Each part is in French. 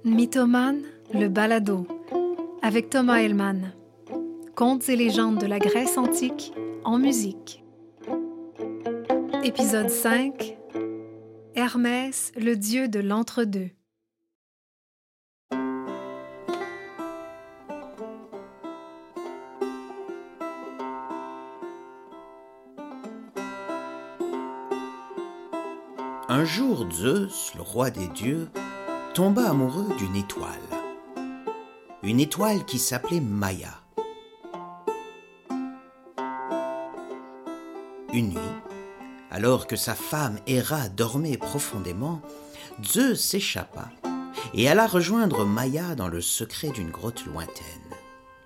Mythomane, le balado, avec Thomas Hellman. Contes et légendes de la Grèce antique en musique. Épisode 5. Hermès, le dieu de l'entre-deux. Un jour, Zeus, le roi des dieux, tomba amoureux d'une étoile. Une étoile qui s'appelait Maia. Une nuit, alors que sa femme Héra dormait profondément, Zeus s'échappa et alla rejoindre Maia dans le secret d'une grotte lointaine.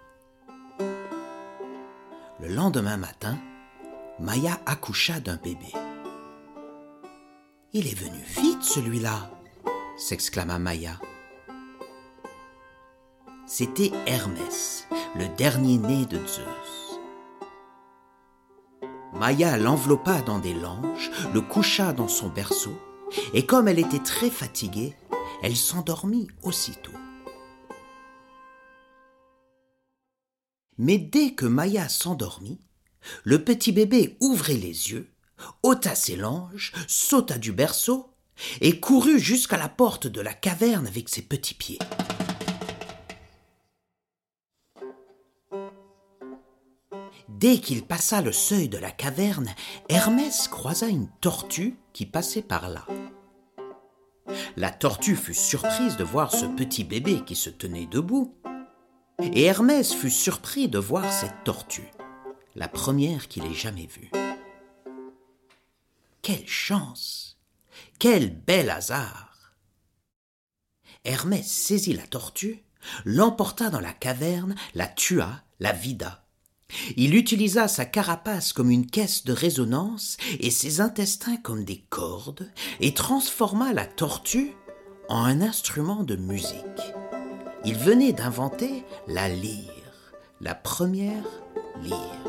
Le lendemain matin, Maia accoucha d'un bébé. « Il est venu vite, celui-là !» s'exclama Maia. C'était Hermès, le dernier né de Zeus. Maia l'enveloppa dans des langes, le coucha dans son berceau, et comme elle était très fatiguée, elle s'endormit aussitôt. Mais dès que Maia s'endormit, le petit bébé ouvrit les yeux, ôta ses langes, sauta du berceau et courut jusqu'à la porte de la caverne avec ses petits pieds. Dès qu'il passa le seuil de la caverne, Hermès croisa une tortue qui passait par là. La tortue fut surprise de voir ce petit bébé qui se tenait debout, et Hermès fut surpris de voir cette tortue, la première qu'il ait jamais vue. Quelle chance! Quel bel hasard! Hermès saisit la tortue, l'emporta dans la caverne, la tua, la vida. Il utilisa sa carapace comme une caisse de résonance et ses intestins comme des cordes et transforma la tortue en un instrument de musique. Il venait d'inventer la lyre, la première lyre.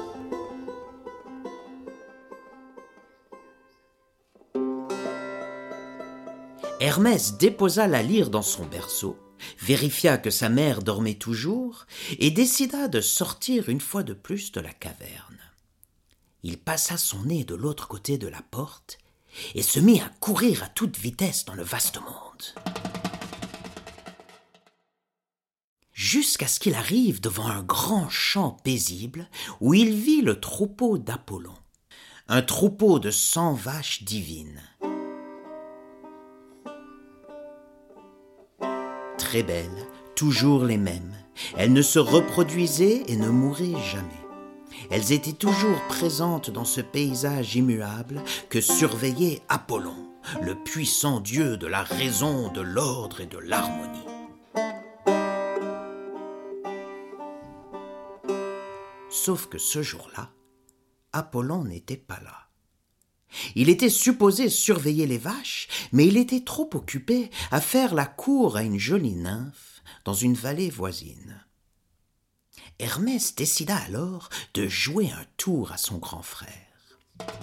Hermès déposa la lyre dans son berceau, vérifia que sa mère dormait toujours et décida de sortir une fois de plus de la caverne. Il passa son nez de l'autre côté de la porte et se mit à courir à toute vitesse dans le vaste monde. Jusqu'à ce qu'il arrive devant un grand champ paisible où il vit le troupeau d'Apollon, un troupeau de 100 vaches divines. Très belles, toujours les mêmes. Elles ne se reproduisaient et ne mouraient jamais. Elles étaient toujours présentes dans ce paysage immuable que surveillait Apollon, le puissant dieu de la raison, de l'ordre et de l'harmonie. Sauf que ce jour-là, Apollon n'était pas là. Il était supposé surveiller les vaches, mais il était trop occupé à faire la cour à une jolie nymphe dans une vallée voisine. Hermès décida alors de jouer un tour à son grand frère.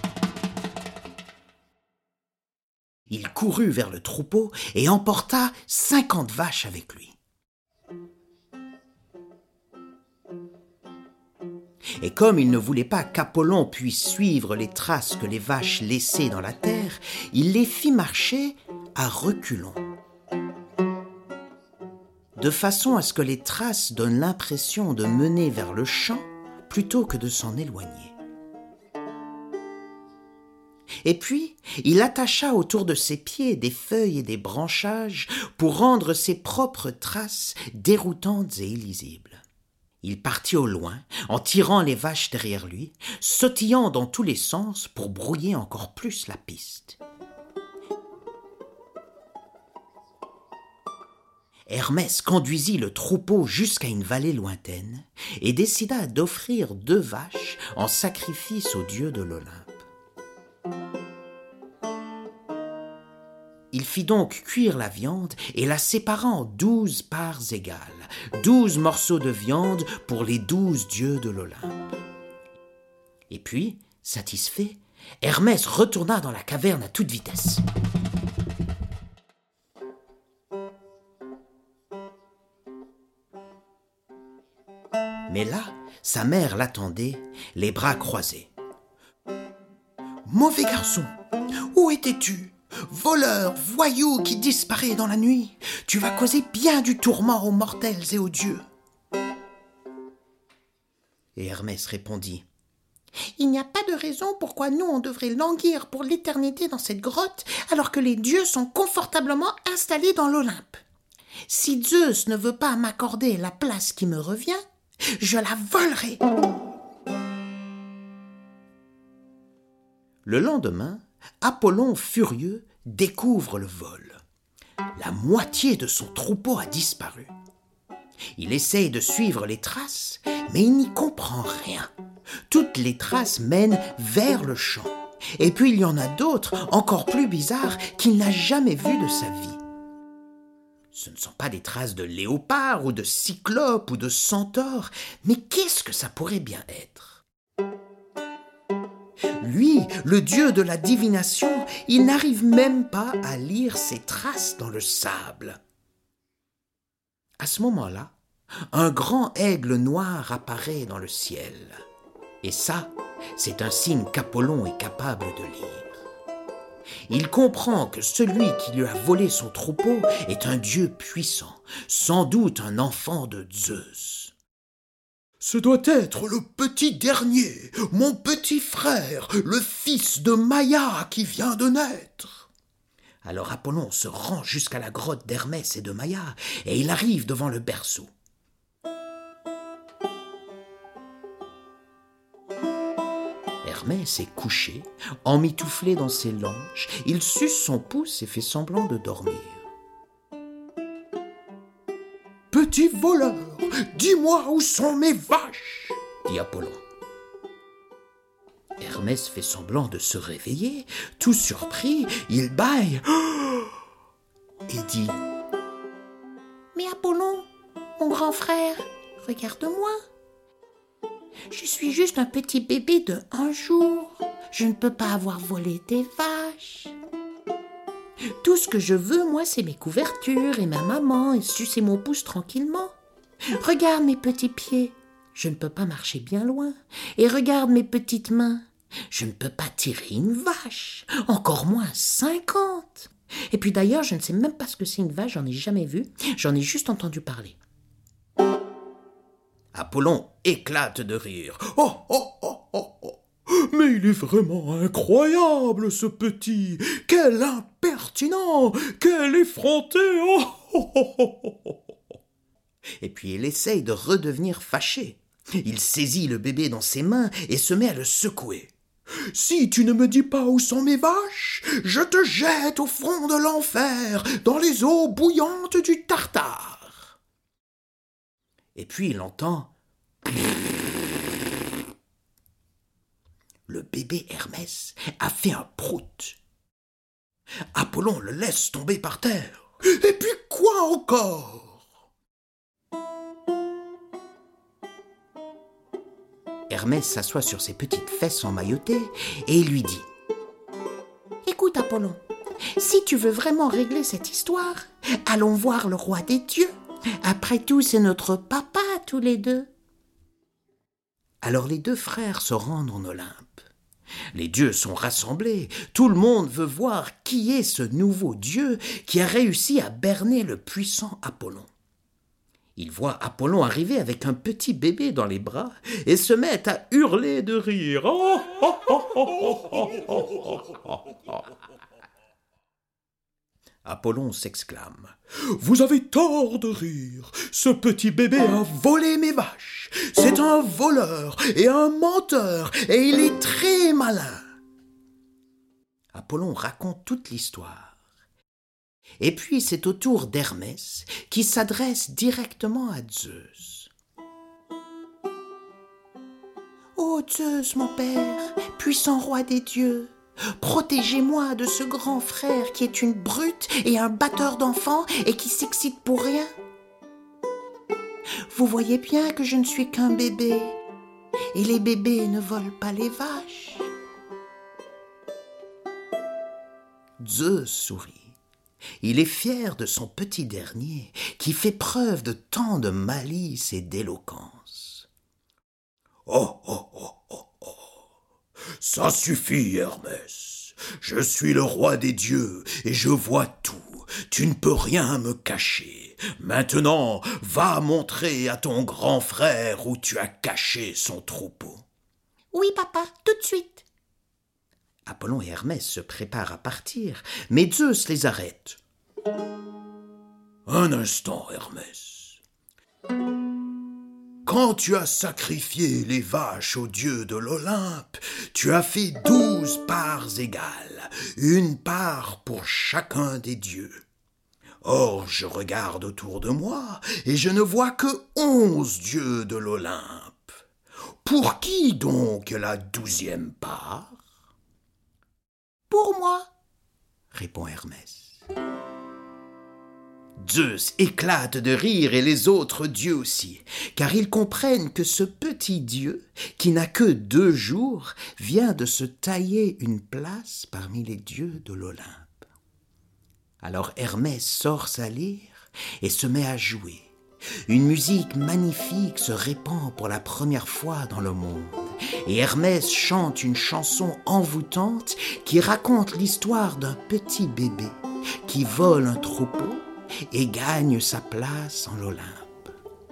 Il courut vers le troupeau et emporta 50 vaches avec lui. Et comme il ne voulait pas qu'Apollon puisse suivre les traces que les vaches laissaient dans la terre, il les fit marcher à reculons, de façon à ce que les traces donnent l'impression de mener vers le champ plutôt que de s'en éloigner. Et puis, il attacha autour de ses pieds des feuilles et des branchages pour rendre ses propres traces déroutantes et illisibles. Il partit au loin, en tirant les vaches derrière lui, sautillant dans tous les sens pour brouiller encore plus la piste. Hermès conduisit le troupeau jusqu'à une vallée lointaine et décida d'offrir 2 vaches en sacrifice au dieu de l'Olympe. Il fit donc cuire la viande et la sépara en 12 parts égales, 12 morceaux de viande pour les 12 dieux de l'Olympe. Et puis, satisfait, Hermès retourna dans la caverne à toute vitesse. Mais là, sa mère l'attendait, les bras croisés. « Mauvais garçon, où étais-tu ? Voleur, voyou qui disparaît dans la nuit, tu vas causer bien du tourment aux mortels et aux dieux. » Et Hermès répondit: « Il n'y a pas de raison pourquoi nous on devrait languir pour l'éternité dans cette grotte alors que les dieux sont confortablement installés dans l'Olympe. Si Zeus ne veut pas m'accorder la place qui me revient, je la volerai. » Le lendemain, Apollon, furieux, découvre le vol. La moitié de son troupeau a disparu. Il essaye de suivre les traces, mais il n'y comprend rien. Toutes les traces mènent vers le champ. Et puis il y en a d'autres, encore plus bizarres, qu'il n'a jamais vues de sa vie. Ce ne sont pas des traces de léopard ou de cyclope ou de centaure, mais qu'est-ce que ça pourrait bien être ? Lui, le dieu de la divination, il n'arrive même pas à lire ses traces dans le sable. À ce moment-là, un grand aigle noir apparaît dans le ciel. Et ça, c'est un signe qu'Apollon est capable de lire. Il comprend que celui qui lui a volé son troupeau est un dieu puissant, sans doute un enfant de Zeus. « Ce doit être le petit dernier, mon petit frère, le fils de Maïa qui vient de naître. » Alors Apollon se rend jusqu'à la grotte d'Hermès et de Maïa, et il arrive devant le berceau. Hermès est couché, emmitouflé dans ses langes, il suce son pouce et fait semblant de dormir. « Petit voleur, dis-moi où sont mes vaches ?» dit Apollon. Hermès fait semblant de se réveiller, tout surpris, il bâille et dit: « Mais Apollon, mon grand frère, regarde-moi. Je suis juste un petit bébé de 1 jour. Je ne peux pas avoir volé tes vaches. Tout ce que je veux, moi, c'est mes couvertures et ma maman et sucer mon pouce tranquillement. Regarde mes petits pieds. Je ne peux pas marcher bien loin. Et regarde mes petites mains. Je ne peux pas tirer une vache, encore moins 50. Et puis d'ailleurs, je ne sais même pas ce que c'est une vache, j'en ai jamais vu, j'en ai juste entendu parler. » Apollon éclate de rire. « Oh, oh, oh, oh, oh. Mais il est vraiment incroyable, ce petit. Quel impertinent, quel effronté. Oh, oh, oh, oh, oh. » Et puis il essaye de redevenir fâché. Il saisit le bébé dans ses mains et se met à le secouer. « Si tu ne me dis pas où sont mes vaches, je te jette au fond de l'enfer, dans les eaux bouillantes du Tartare. » Et puis il entend... Le bébé Hermès a fait un prout. Apollon le laisse tomber par terre. Et puis quoi encore ? Hermès s'assoit sur ses petites fesses emmaillotées et lui dit: « Écoute Apollon, si tu veux vraiment régler cette histoire, allons voir le roi des dieux. Après tout, c'est notre papa tous les deux. » Alors les 2 frères se rendent en Olympe. Les dieux sont rassemblés, tout le monde veut voir qui est ce nouveau dieu qui a réussi à berner le puissant Apollon. Ils voient Apollon arriver avec un petit bébé dans les bras et se mettent à hurler de rire. Oh, oh, oh, oh, oh, oh, oh, oh. Apollon s'exclame: « Vous avez tort de rire, ce petit bébé a volé mes vaches. C'est un voleur et un menteur et il est très malin. » Apollon raconte toute l'histoire. Et puis c'est au tour d'Hermès qui s'adresse directement à Zeus. « Ô Zeus, mon père, puissant roi des dieux, protégez-moi de ce grand frère qui est une brute et un batteur d'enfants et qui s'excite pour rien. Vous voyez bien que je ne suis qu'un bébé et les bébés ne volent pas les vaches. » Zeus sourit. Il est fier de son petit dernier qui fait preuve de tant de malice et d'éloquence. Oh, oh, oh, oh, oh. Ça suffit, Hermès. Je suis le roi des dieux et je vois tout. Tu ne peux rien me cacher. Maintenant, va montrer à ton grand frère où tu as caché son troupeau. Oui, papa, tout de suite. Apollon et Hermès se préparent à partir, mais Zeus les arrête. Un instant, Hermès. Quand tu as sacrifié les vaches aux dieux de l'Olympe, tu as fait 12 parts égales, une part pour chacun des dieux. Or, je regarde autour de moi et je ne vois que 11 dieux de l'Olympe. Pour qui donc la 12e part? Pour moi, répond Hermès. Zeus éclate de rire et les autres dieux aussi, car ils comprennent que ce petit dieu, qui n'a que 2 jours, vient de se tailler une place parmi les dieux de l'Olympe. Alors Hermès sort sa lyre et se met à jouer. Une musique magnifique se répand pour la première fois dans le monde, et Hermès chante une chanson envoûtante qui raconte l'histoire d'un petit bébé qui vole un troupeau et gagne sa place en l'Olympe.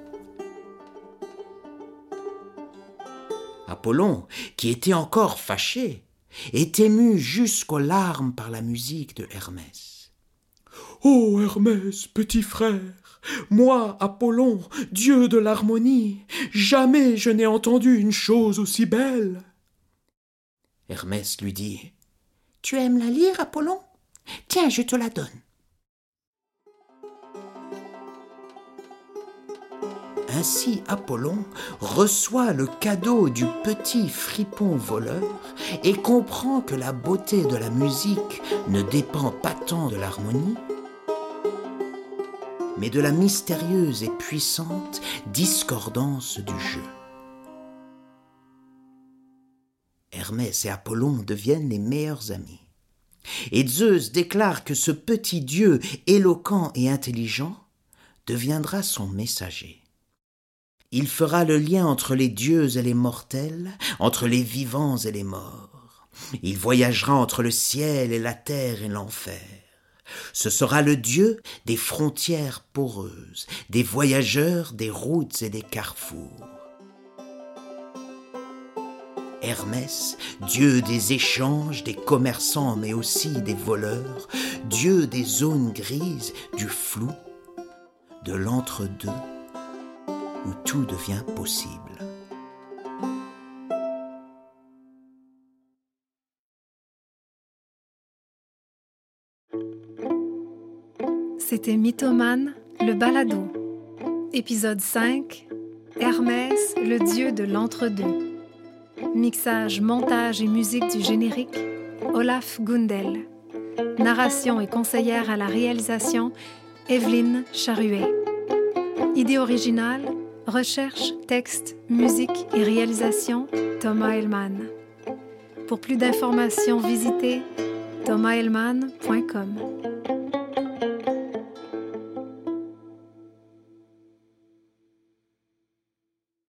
Apollon, qui était encore fâché, est ému jusqu'aux larmes par la musique de Hermès. « Ô Hermès, petit frère, moi, Apollon, dieu de l'harmonie, jamais je n'ai entendu une chose aussi belle. » Hermès lui dit « Tu aimes la lyre, Apollon? Tiens, je te la donne. » Ainsi Apollon reçoit le cadeau du petit fripon voleur et comprend que la beauté de la musique ne dépend pas tant de l'harmonie, mais de la mystérieuse et puissante discordance du jeu. Hermès et Apollon deviennent les meilleurs amis. Et Zeus déclare que ce petit dieu éloquent et intelligent deviendra son messager. Il fera le lien entre les dieux et les mortels, entre les vivants et les morts. Il voyagera entre le ciel et la terre et l'enfer. Ce sera le dieu des frontières poreuses, des voyageurs, des routes et des carrefours. Hermès, dieu des échanges, des commerçants, mais aussi des voleurs, dieu des zones grises, du flou, de l'entre-deux, où tout devient possible. C'était Mythomane, le balado. Épisode 5, Hermès, le dieu de l'entre-deux. Mixage, montage et musique du générique, Olaf Gundel. Narration et conseillère à la réalisation, Evelyne Charuet. Idée originale, recherche, texte, musique et réalisation, Thomas Hellman. Pour plus d'informations, visitez thomashelman.com.